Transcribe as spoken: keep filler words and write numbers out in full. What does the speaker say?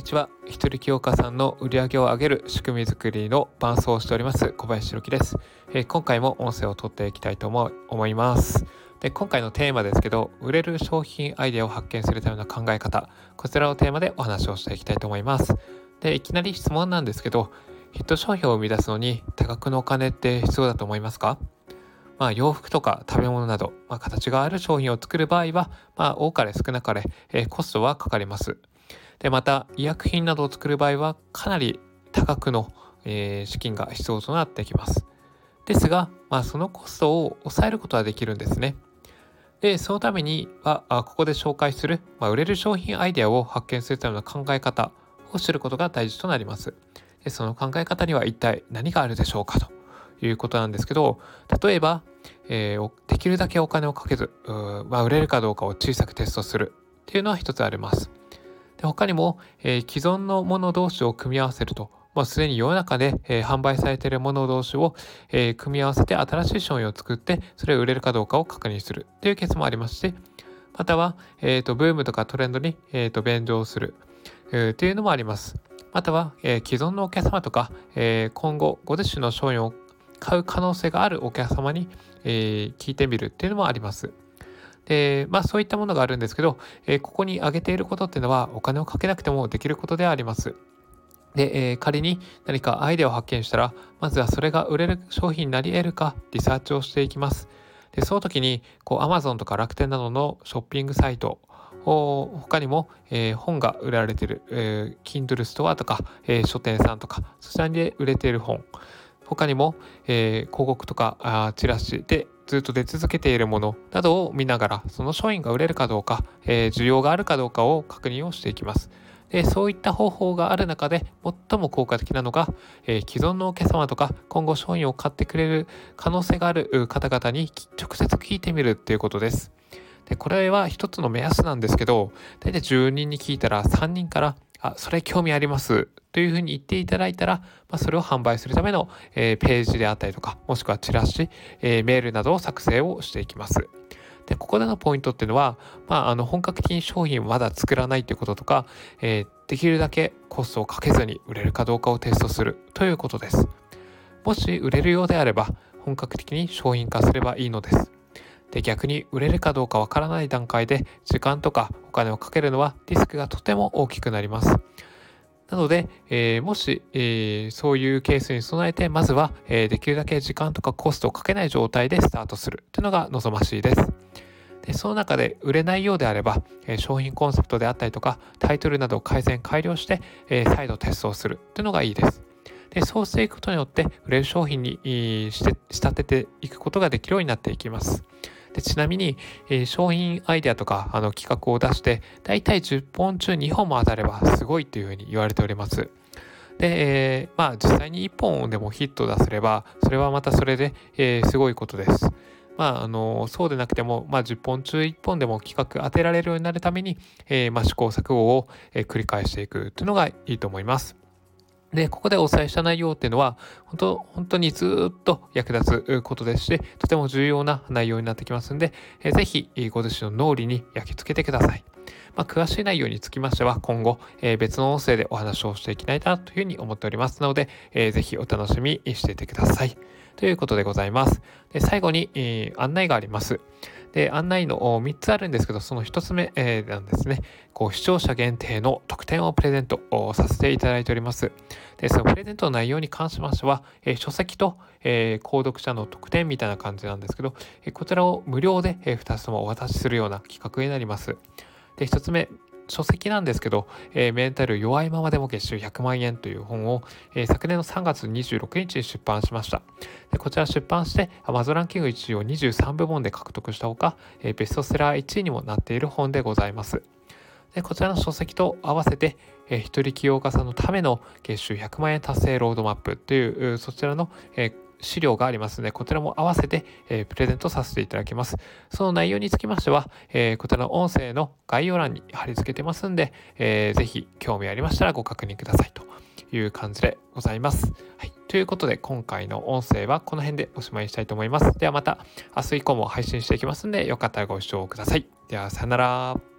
ちは。一人起業家さんの売り上げを上げる仕組み作りの伴走をしております小林弘樹です。えー、今回も音声を取っていきたいと思思います。で今回のテーマですけど、売れる商品アイデアを発見するための考え方、こちらをテーマでお話をしていきたいと思います。でいきなり質問なんですけど、ヒット商品を生み出すのに多額のお金って必要だと思いますか？まあ、洋服とか食べ物など、まあ、形がある商品を作る場合は、まあ、多かれ少なかれ、えーコストはかかります。でまた医薬品などを作る場合はかなり多額の、えー資金が必要となってきます。ですが、まあ、そのコストを抑えることはできるんですね。でそのためにはあここで紹介する、まあ、売れる商品アイデアを発見するための考え方を知ることが大事となります。でその考え方には一体何があるでしょうかということなんですけど、例えば、えーできるだけお金をかけず、うーまあ、売れるかどうかを小さくテストするっていうのは一つあります。で他にも、えー既存のもの同士を組み合わせると、もうすでに世の中で、えー販売されているもの同士を、えー組み合わせて新しい商品を作って、それを売れるかどうかを確認するというケースもありますし、または、えーとブームとかトレンドに、えーと便乗する、えーというのもあります。または、えー既存のお客様とか、えー今後ご自身の商品を買う可能性があるお客様に、えー聞いてみるっていうのもあります。で、まあそういったものがあるんですけど、えーここに挙げていることっていうのはお金をかけなくてもできることではあります。で、えー仮に何かアイデアを発見したら、まずはそれが売れる商品になり得るかリサーチをしていきます。で、その時にこう Amazon とか楽天などのショッピングサイト、お他にも、えー本が売られている、えー Kindle ストアとか、えー書店さんとか、そちらで売れている本、他にも、えー広告とかあーチラシでずっと出続けているものなどを見ながら、その商品が売れるかどうか、えー需要があるかどうかを確認をしていきます。でそういった方法がある中で最も効果的なのが、えー既存のお客様とか今後商品を買ってくれる可能性があるう方々に直接聞いてみるっていうことです。でこれは一つの目安なんですけど、大体じゅうにんに聞いたらさんにんからあそれ興味ありますというふうに言っていただいたら、まあ、それを販売するための、えーページであったりとか、もしくはチラシ、えーメールなどを作成をしていきます。でここでのポイントっていうのは、まあ、あの本格的に商品をまだ作らないということとか、えーできるだけコストをかけずに売れるかどうかをテストするということです。もし売れるようであれば本格的に商品化すればいいのです。で逆に売れるかどうかわからない段階で時間とかお金をかけるのはリスクがとても大きくなります。なので、えーもし、えーそういうケースに備えて、まずは、えーできるだけ時間とかコストをかけない状態でスタートするというのが望ましいです。でその中で売れないようであれば、えー商品コンセプトであったりとかタイトルなどを改善改良して、えー再度テストをするというのがいいです。でそうしていくことによって売れる商品にえーして仕立てていくことができるようになっていきます。でちなみに、えー商品アイデアとかあの企画を出してだいたいじゅっぽん中にほんも当たればすごいというふうに言われております。で、えーまあ実際にいっぽんでもヒットを出せればそれはまたそれで、えーすごいことです。まあ、あのそうでなくても、まあ、じゅっぽん中いっぽんでも企画当てられるようになるために、えーまあ、試行錯誤を、えー繰り返していくというのがいいと思います。で、ここでお伝えした内容っていうのは、本当、本当にずっと役立つことですし、とても重要な内容になってきますので、えーぜひご自身の脳裏に焼き付けてください。まあ、詳しい内容につきましては、今後、えー別の音声でお話をしていきたいなというふうに思っておりますので、えーぜひお楽しみにしていてください。ということでございます。で、最後に、えー案内があります。で、案内のおみっつあるんですけど、そのひとつめ、えーなんですね。こう視聴者限定の特典をプレゼントをさせていただいております。で、そのプレゼントの内容に関しましては、えー書籍と、えー購読者の特典みたいな感じなんですけど、えーこちらを無料で、えーふたつともお渡しするような企画になります。で、ひとつめ、書籍なんですけど、えーメンタル弱いままでも月収ひゃくまんえんという本を、えー昨年のさんがつにじゅうろくにちに出版しました。でこちら出版して Amazon ランキングいちいをにじゅうさんぶもんで獲得したほか、えーベストセラーいちいにもなっている本でございます。でこちらの書籍と合わせて、えー一人起業家さんのための月収ひゃくまんえん達成ロードマップというそちらの、えー資料がありますので、こちらも合わせて、えープレゼントさせていただきます。その内容につきましては、えーこちらの音声の概要欄に貼り付けてますんで、えーぜひ興味ありましたらご確認くださいという感じでございます。はい。ということで、今回の音声はこの辺でおしまいにしたいと思います。ではまた明日以降も配信していきますんで、よかったらご視聴ください。では、さよなら。